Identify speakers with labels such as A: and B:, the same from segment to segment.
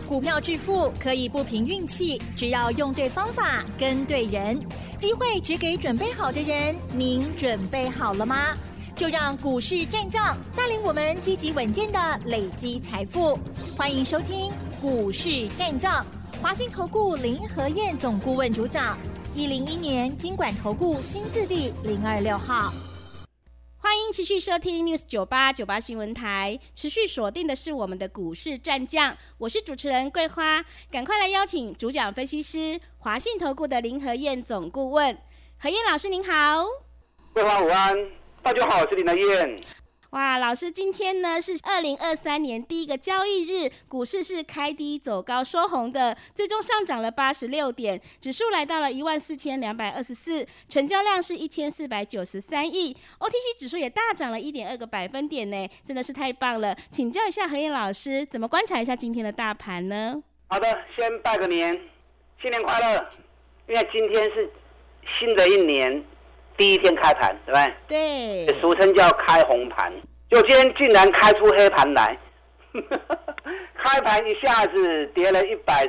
A: 股票致富可以不凭运气，只要用对方法、跟对人。机会只给准备好的人，您准备好了吗？就让股市战将带领我们积极稳健的累积财富。欢迎收听股市战将，华信投顾林和彥总顾问主讲，101年金管投顾新字第026号。
B: 欢迎持续收听 News 98新闻台，持续锁定的是我们的股市战将，我是主持人桂花，赶快来邀请主讲分析师华信投顾的林和彥总顾问。和彥老师您好。
C: 桂花午安，大家好，我是林和彥。
B: 哇，老师，今天呢是2023年第一个交易日，股市是开低走高收红的，最终上涨了86点，指数来到了14224，成交量是1493亿 ，OTC 指数也大涨了1.2个百分点呢，真的是太棒了。请教一下和彥老师，怎么观察一下今天的大盘呢？
C: 好的，先拜个年，新年快乐！因为今天是新的一年第一天开盘，对不对？
B: 对，
C: 俗称叫开红盘，就今天竟然开出黑盘来，开盘一下子跌了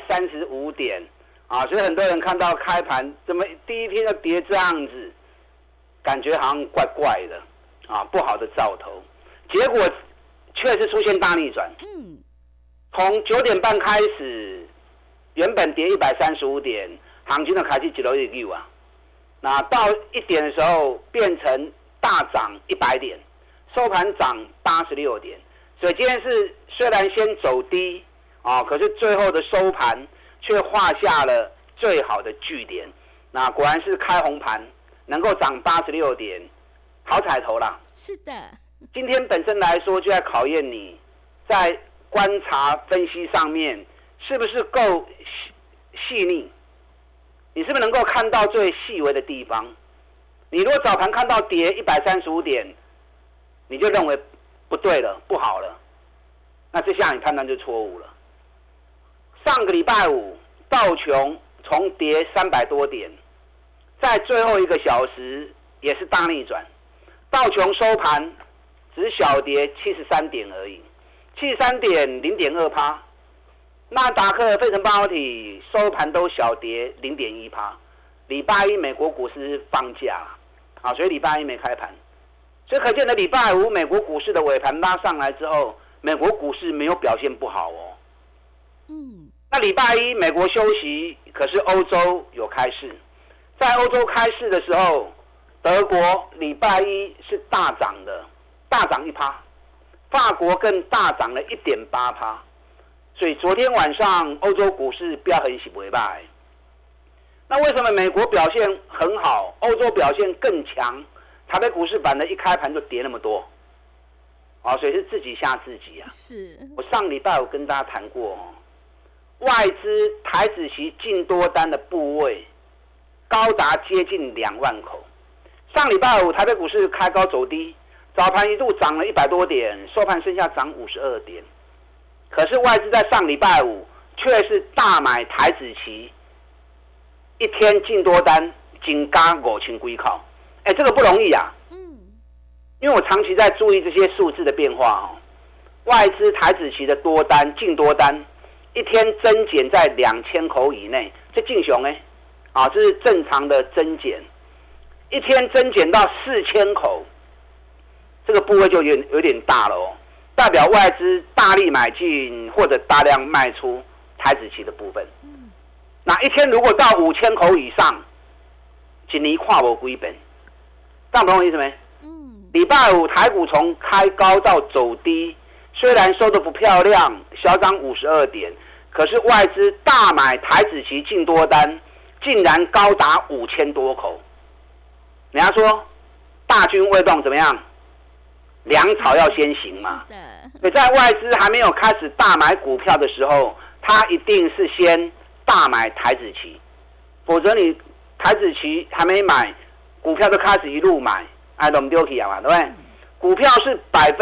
C: 135点啊！所以很多人看到开盘怎么第一天就跌这样子，感觉好像怪怪的啊，不好的兆头。结果确实出现大逆转，从9点半开始，原本跌135点，行情就开始一路一路啊。那到1点的时候变成大涨100点，收盘涨86点，所以今天是虽然先走低啊，可是最后的收盘却画下了最好的句点。那果然是开红盘，能够涨86点，好彩头啦。
B: 是的，
C: 今天本身来说就在考验你在观察分析上面是不是够细腻。你是不是能够看到最细微的地方？你如果早盘看到跌135点，你就认为不对了，不好了，那这下你判断就错误了。上个礼拜五，道琼从跌300多点，在最后1个小时也是大逆转，道琼收盘只小跌73点而已，73点 0.2%。纳达克费城半导体收盘都小跌 0.1%。礼拜一美国股市放假啊，所以礼拜一没开盘，所以可见的礼拜五美国股市的尾盘拉上来之后，美国股市没有表现不好哦。那礼拜一美国休息，可是欧洲有开市，在欧洲开市的时候，德国礼拜一是大涨的，大涨1%，法国更大涨了1.8%。所以昨天晚上欧洲股市飙很喜不败，那为什么美国表现很好，欧洲表现更强？台北股市反而一开盘就跌那么多，啊，所以是自己吓自己啊！
B: 是
C: 我上礼拜有跟大家谈过，外资台指期净多单的部位高达接近2万口。上礼拜五台北股市开高走低，早盘一度涨了100多点，收盘剩下涨52点。可是外资在上礼拜五却是大买台指期，一天净多单仅加5000几口，这个不容易啊。因为我长期在注意这些数字的变化哦。外资台指期的多单净多单一天增减在2000口以内，这进雄啊，这是正常的增减。一天增减到4000口，这个部位就有点大了哦。代表外资大力买进或者大量卖出台指期的部分。那一天如果到5000口以上，一年看不几本，这样懂我意思没？礼拜五台股从开高到走低，虽然收得不漂亮，小涨52点，可是外资大买台指期净多单竟然高达5000多口。人家说大军未动怎么样？粮草要先行嘛，所以在外资还没有开始大买股票的时候，他一定是先大买台指期，否则你台指期还没买，股票就开始一路买，弄丢起啊，对不对？股票是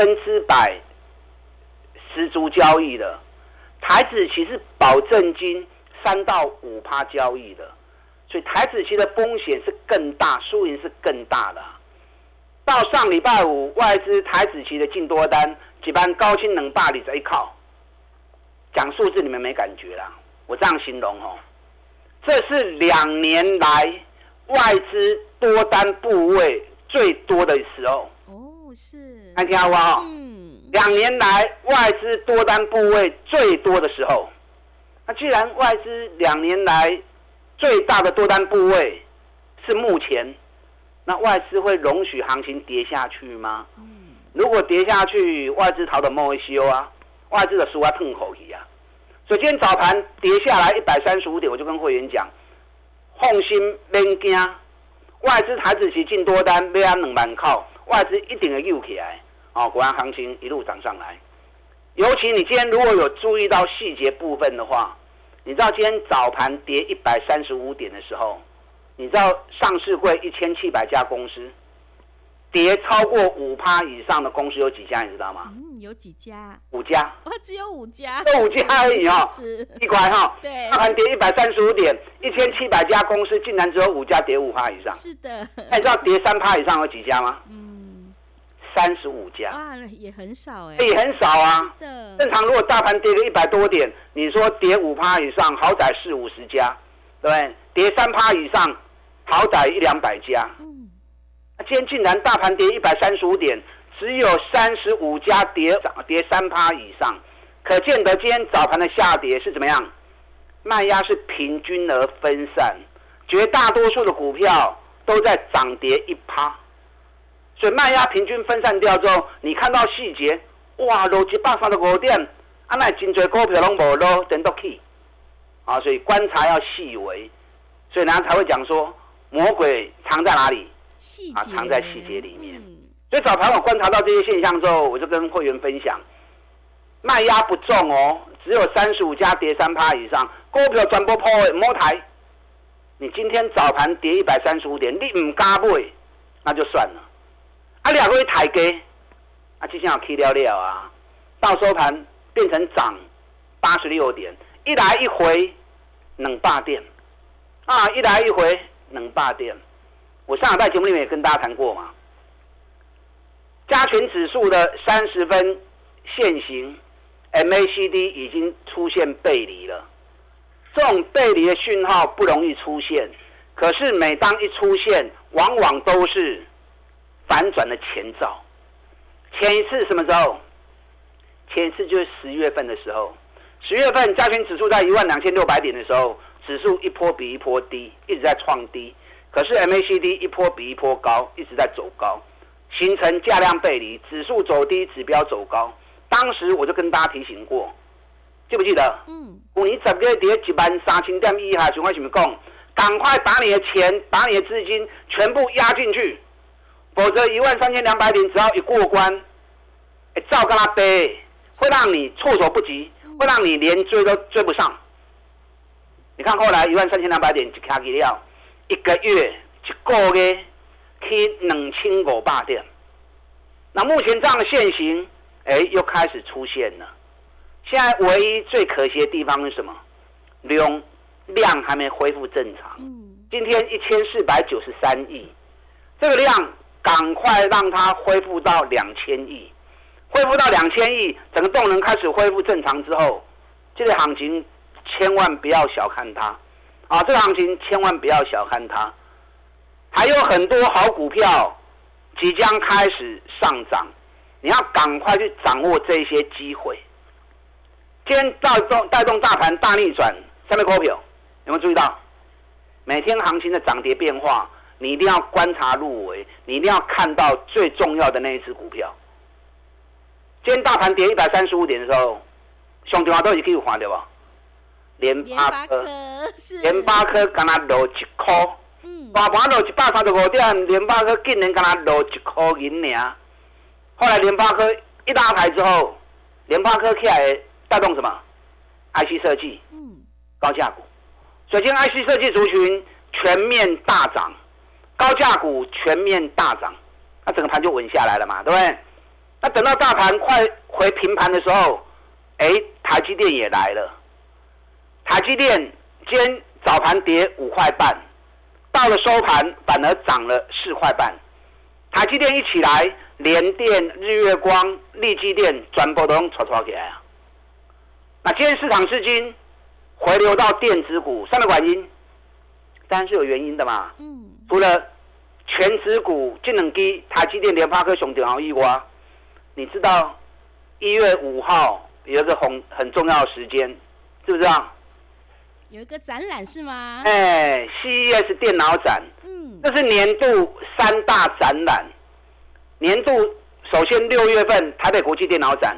C: 100%十足交易的，台指期是保证金3到5%交易的，所以台指期的风险是更大，输赢是更大的。到上礼拜五，外资台指期的净多单一般高清221口，讲数字你们没感觉啦，我这样形容哦，这是2年来外资多单部位最多的时候。
B: 哦，是。
C: 看听好不好？2年来外资多单部位最多的时候，那既然外资2年来最大的多单部位是目前，那外资会容许行情跌下去吗？如果跌下去，外资逃得莫修啊，外资的输啊腾口去啊。所以今天早盘跌下来135点，我就跟会员讲，放心免惊，外资台子期进多单要按2万口，外资一定会救起来。哦，果然行情一路涨上来。尤其你今天如果有注意到细节部分的话，你知道今天早盘跌135点的时候，你知道上市柜1700家公司跌超过5%以上的公司有几家？你知道吗？
B: 有几家
C: ？5家。
B: 哦，只有5家。
C: 就5家而已哦。
B: 是。
C: 奇怪哈。
B: 对。
C: 大盘跌135点，1700家公司竟然只有5家跌5%以上。
B: 是的。
C: 那你知道跌3%以上有几家吗？35家。
B: 哇，也很少哎。
C: 也很少啊。
B: 是的。
C: 正常如果大盘跌个100多点，你说跌5%以上，好歹40-50家，对不对？跌3%以上，好歹100-200家。今天竟然大盘跌135点，只有35家跌3%以上，可见得今天早盘的下跌是怎么样？卖压是平均而分散，绝大多数的股票都在涨跌1%。所以卖压平均分散掉之后，你看到细节，哇，落135点，啊，那真多股票拢无落，真都去，啊，所以观察要细微，所以人家才会讲说，魔鬼藏在哪里？藏在细节里面。所以早盘我观察到这些现象之后，我就跟会员分享，卖压不重哦，只有35家跌3%以上，股票全部破的摸台。你今天早盘跌135点，你唔敢买，那就算了。啊，两个抬价，啊，之前有起了了啊，到收盘变成涨86点，一来一回200点，啊，一来一回200点。我上礼拜节目里面也跟大家谈过嘛，加权指数的30分线型 MACD 已经出现背离了，这种背离的讯号不容易出现，可是每当一出现，往往都是反转的前兆。前一次什么时候？前一次就是10月份的时候，10月份加权指数在12600点的时候，指数一波比一波低，一直在创低。可是 MACD 一波比一波高，一直在走高，形成价量背离，指数走低，指标走高。当时我就跟大家提醒过，记不记得？去年10月跌13000点以下，我什么讲？赶快把你的钱、把你的资金全部压进去，否则13200点只要一过关，照跟他背，会让你措手不及，会让你连追都追不上。你看后来13200点就卡起了。1个月、1个月去2500点，那目前这样的现形，又开始出现了。现在唯一最可惜的地方是什么？量还没恢复正常。今天1493亿，这个量赶快让它恢复到2000亿，恢复到2000亿，整个动能开始恢复正常之后，这个行情千万不要小看它。啊，这个行情千万不要小看它，还有很多好股票即将开始上涨，你要赶快去掌握这些机会。今天带动大盘大逆转，下面股票有没有注意到？每天行情的涨跌变化，你一定要观察入微，你一定要看到最重要的那一只股票。今天大盘跌135点的时候，上电话都已经有看到吧？联发科刚才落1块，大盘落135点，联发科竟然刚才落1块银尔。后来联发科一拉抬之后，联发科起来带动什么 ？IC 设计，高价股。所以今天 IC 设计族群全面大涨，高价股全面大涨，那整个盘就稳下来了嘛，对不对？那等到大盘快回平盘的时候，台积电也来了。台积电今天早盘跌5块半，到了收盘反而涨了4块半。台积电一起来，联电、日月光、力积电全部都用炒起来啊！ 那今天市场资金回流到电子股，上面原因当然是有原因的嘛。除了全指股这两支台积电、联发科上重要以外，你知道1月5号有一个很重要的时间，知不知道？
B: 有一个展览是吗
C: ？CES 电脑展，这是年度3大展览。年度首先6月份台北国际电脑展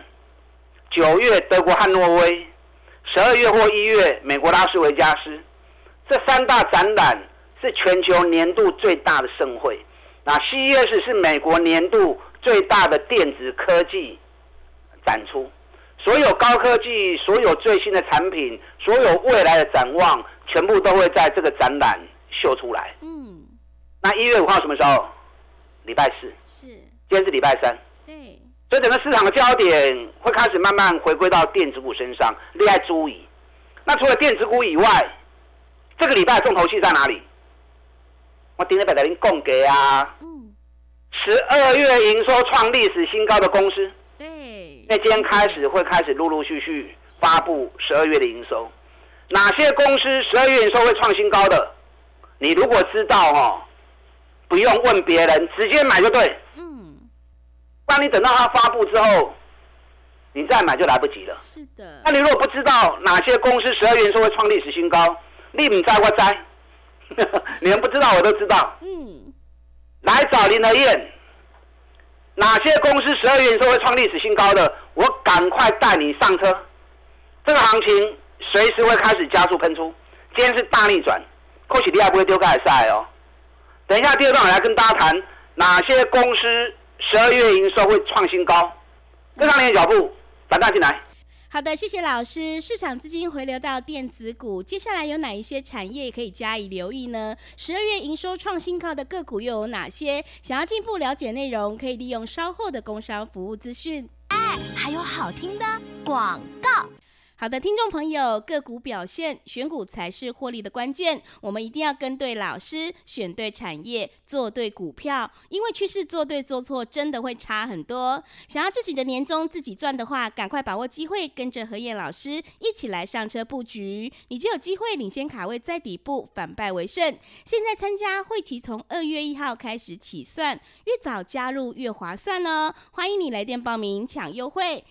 C: ，9月德国汉诺威，12月或1月美国拉斯维加斯，这3大展览是全球年度最大的盛会。那 CES 是美国年度最大的电子科技展出，所有高科技、所有最新的产品、所有未来的展望，全部都会在这个展览秀出来。那1月5号什么时候？礼拜四。是。今天是礼拜三。对。所以整个市场的焦点会开始慢慢回归到电子股身上，你要注意。那除了电子股以外，这个礼拜重头戏在哪里？我今天跟您讲给啊。12月营收创历史新高的公司。对。那今天会开始陆陆续续发布12月的营收。哪些公司12月营收会创新高的？你如果知道不用问别人，直接买就对。不然你等到它发布之后，你再买就来不及了。是的。那你如果不知道哪些公司12月营收会创历史新高，你不知我知，你们不知道我都知道。来找林和燕，哪些公司12月营收会创历史新高的，我赶快带你上车。这个行情随时会开始加速喷出。今天是大逆转，或许你还不会丢开赛哦。等一下第二段我来跟大家谈哪些公司12月营收会创新高，跟上你的脚步，反弹进来。
B: 好的，谢谢老师。市场资金回流到电子股，接下来有哪一些产业可以加以留意呢？12月营收创新高的个股又有哪些？想要进一步了解内容，可以利用稍后的工商服务资讯。
A: 还有好听的广告。
B: 好的，听众朋友，个股表现，选股才是获利的关键。我们一定要跟对老师，选对产业，做对股票，因为趋势做对做错真的会差很多。想要自己的年终自己赚的话，赶快把握机会，跟着和燕老师一起来上车布局，你就有机会领先卡位在底部，反败为胜。现在参加会期从2月1号开始起算，越早加入越划算哦。欢迎你来电报名抢优惠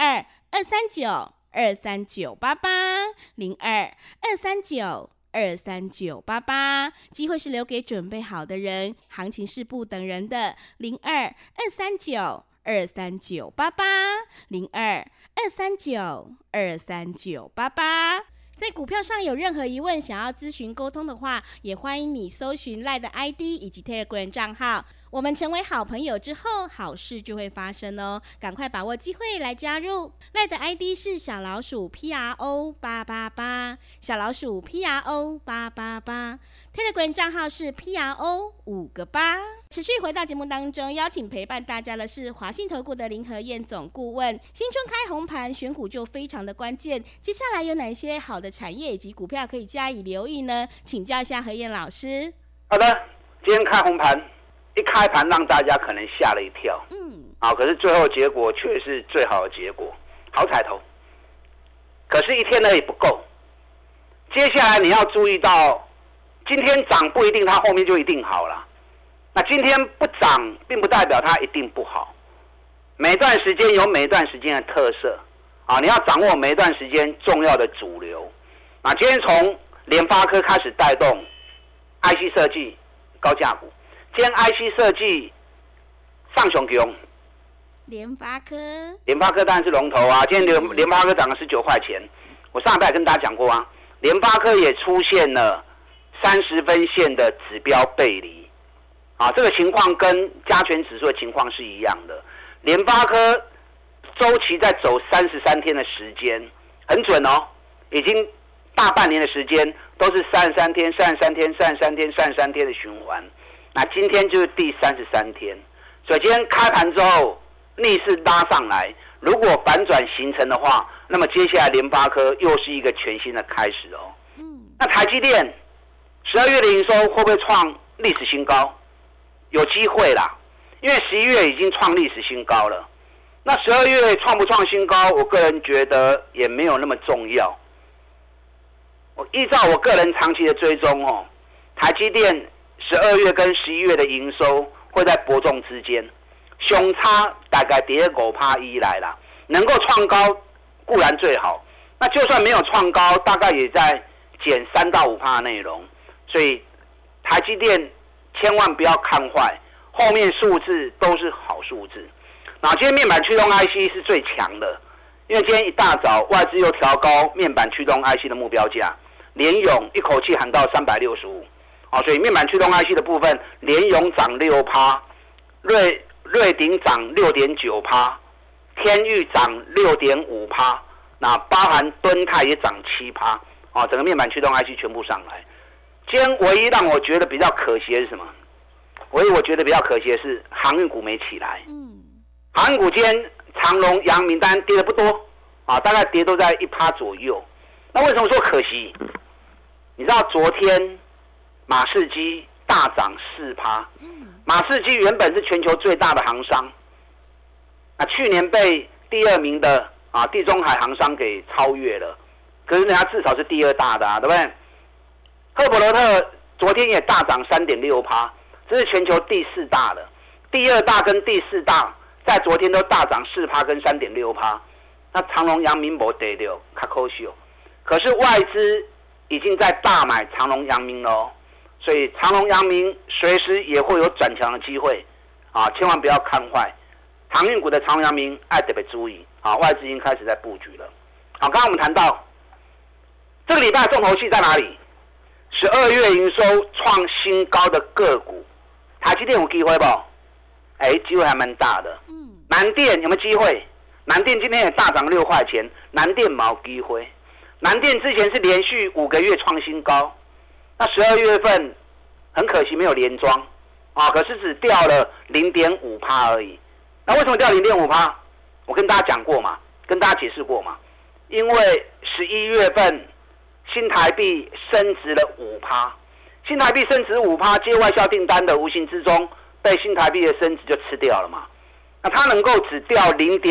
B: ，02-239-23988，02-239-23988，机会是留给准备好的人，行情是不等人的，02-239-23988，02-239-23988。在股票上有任何疑问，想要咨询沟通的话，也欢迎你搜寻 LINE 的 ID 以及 Telegram 账号。我们成为好朋友之后，好事就会发生哦！赶快把握机会来加入。LINE 的 ID 是小老鼠 PRO888， 小老鼠 PRO888。Telegram 账号是 PRO5个8。持续回到节目当中，邀请陪伴大家的是华信投顾的林和燕总顾问。新春开红盘，选股就非常的关键。接下来有哪些好的产业以及股票可以加以留意呢？请教一下和燕老师。
C: 好的，今天开红盘，一开盘让大家可能吓了一跳。可是最后结果却是最好的结果，好彩头。可是一天而已不够，接下来你要注意到，今天涨不一定它后面就一定好了。那今天不涨，并不代表它一定不好。每段时间有每段时间的特色你要掌握每一段时间重要的主流。今天从联发科开始带动 IC 设计高价股，今天 IC 设计上雄强。
B: 联发科
C: 当然是龙头啊！今天联发科涨了19块钱。我上礼拜跟大家讲过啊，联发科也出现了30分线的指标背离这个情况跟加权指数的情况是一样的。联发科周期在走33天的时间，很准哦，已经大半年的时间都是33天、33天、33天、33天的循环。那今天就是第33天，所以今天开盘之后逆势拉上来，如果反转形成的话，那么接下来联发科又是一个全新的开始哦。那台积电12月的营收会不会创历史新高？有机会啦，因为11月已经创历史新高了。 那12月创不创新高，我个人觉得也没有那么重要。我依照我个人长期的追踪哦，台积电12月跟11月的营收会在伯仲之间，相差大概跌5%来啦，能够创高固然最好，那就算没有创高，大概也在减3到5%内容。所以台积电千万不要看坏，后面数字都是好数字。那今天面板驱动 IC 是最强的，因为今天一大早外资又调高面板驱动 IC 的目标价，联咏一口气喊到365，所以面板驱动 IC 的部分，联咏涨6%，瑞鼎涨6.9%，天钰涨6.5%，那包含敦泰也涨7%，整个面板驱动 IC 全部上来。今天唯一让我觉得比较可惜的是什么？我觉得比较可惜的是航运股没起来。航运股今天长荣、阳明单跌的不多大概跌都在1%左右。那为什么说可惜？你知道昨天马士基大涨4%，马士基原本是全球最大的航商，去年被第2名的地中海航商给超越了，可是人家至少是第2大的对不对？赫伯罗特昨天也大涨3.6%，这是全球第4大的，第2大跟第4大在昨天都大涨4%跟3.6%。那长荣、阳明没跌到，较可惜。可是外资已经在大买长荣、阳明了，所以长荣、阳明随时也会有转强的机会千万不要看坏。航运股的长荣、阳明要特别注意外资已经开始在布局了。刚刚我们谈到这个礼拜重头戏在哪里？12月营收创新高的个股，台积电有机会不？机会还蛮大的。南电有没有机会？南电今天也大涨6块钱，南电没机会。南电之前是连续5个月创新高，那12月份很可惜没有连庄可是只掉了 0.5% 而已。那为什么掉 0.5%？ 我跟大家讲过嘛，跟大家解释过嘛，因为11月份新台币升值了5%，新台币升值5%，接外销订单的无形之中被新台币的升值就吃掉了嘛。那它能够只掉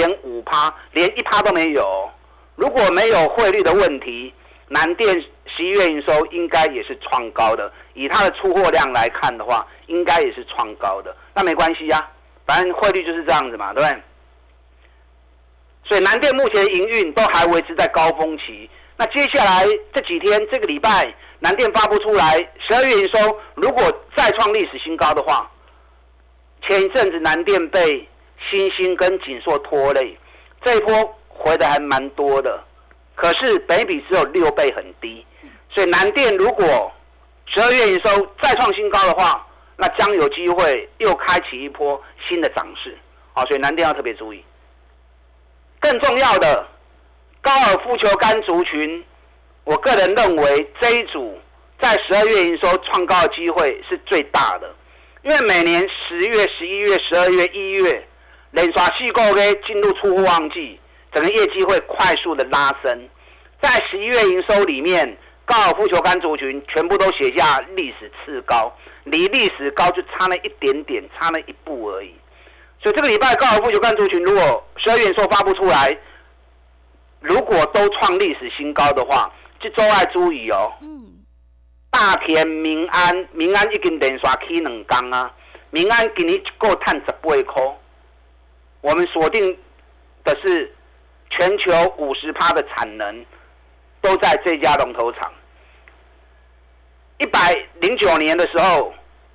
C: 0.5%， 连1%都没有。如果没有汇率的问题，南电11月营收应该也是创高的。以它的出货量来看的话，应该也是创高的。那没关系反正汇率就是这样子嘛，对不对？所以南电目前营运都还维持在高峰期。那接下来这几天，这个礼拜南电发布出来12月营收，如果再创历史新高的话，前一阵子南电被新兴跟景硕拖累，这一波回的还蛮多的，可是本益比只有6倍，很低。所以南电如果12月营收再创新高的话，那将有机会又开启一波新的涨势所以南电要特别注意。更重要的，高尔夫球杆族群，我个人认为这一组在12月营收创高的机会是最大的，因为每年10月、11月、12月、1月连续4个月进入出货旺季，整个业绩会快速的拉升。在11月营收里面，高尔夫球杆族群全部都写下历史次高，离历史高就差了一点点，差了1步而已。所以这个礼拜高尔夫球杆族群如果12月营收发布出来，如果都创历史新高的话，这周要注意大田、民安已经连续起2天民安今年一个赚18块。我们锁定的是全球50%的产能都在这家龙头厂。109年的时候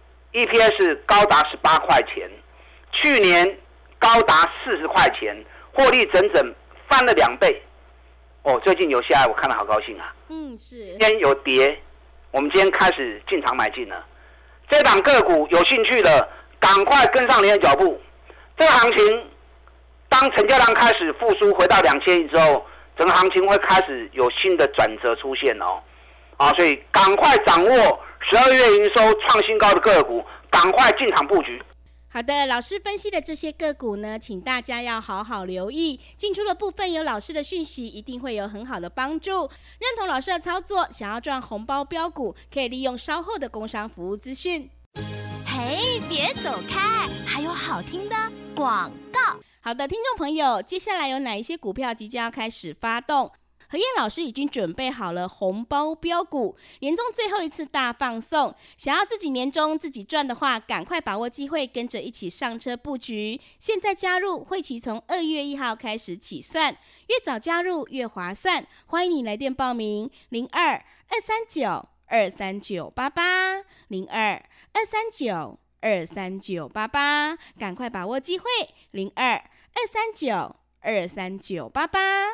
C: EPS 高达18块钱，去年高达40块钱，获利整整翻了2倍。最近有下来，我看了好高兴是。今天有跌，我们今天开始进场买进了。这档个股有兴趣的，赶快跟上您的脚步。这个行情，当成交量开始复苏，回到2000亿之后，整个行情会开始有新的转折出现所以赶快掌握12月营收创新高的个股，赶快进场布局。
B: 好的，老师分析的这些个股呢，请大家要好好留意，进出的部分有老师的讯息，一定会有很好的帮助。认同老师的操作，想要赚红包标股，可以利用稍后的工商服务资讯。
A: 嘿，别走开，还有好听的广告。
B: 好的，听众朋友，接下来有哪一些股票即将要开始发动？和燕老师已经准备好了红包标股，年终最后一次大放送，想要自己年终自己赚的话，赶快把握机会，跟着一起上车布局。现在加入，会期从2月1号开始起算，越早加入越划算。欢迎你来电报名02-239-23988 02-239-23988，赶快把握机会02-239-23988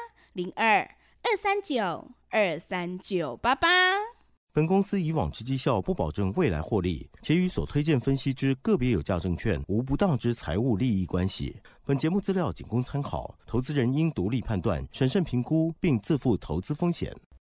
B: 02-239-23988。
D: 本公司以往之绩效不保证未来获利，且与所推荐分析之个别有价证券无不当之财务利益关系。本节目资料仅供参考，投资人应独立判断、审慎评估，并自负投资风险。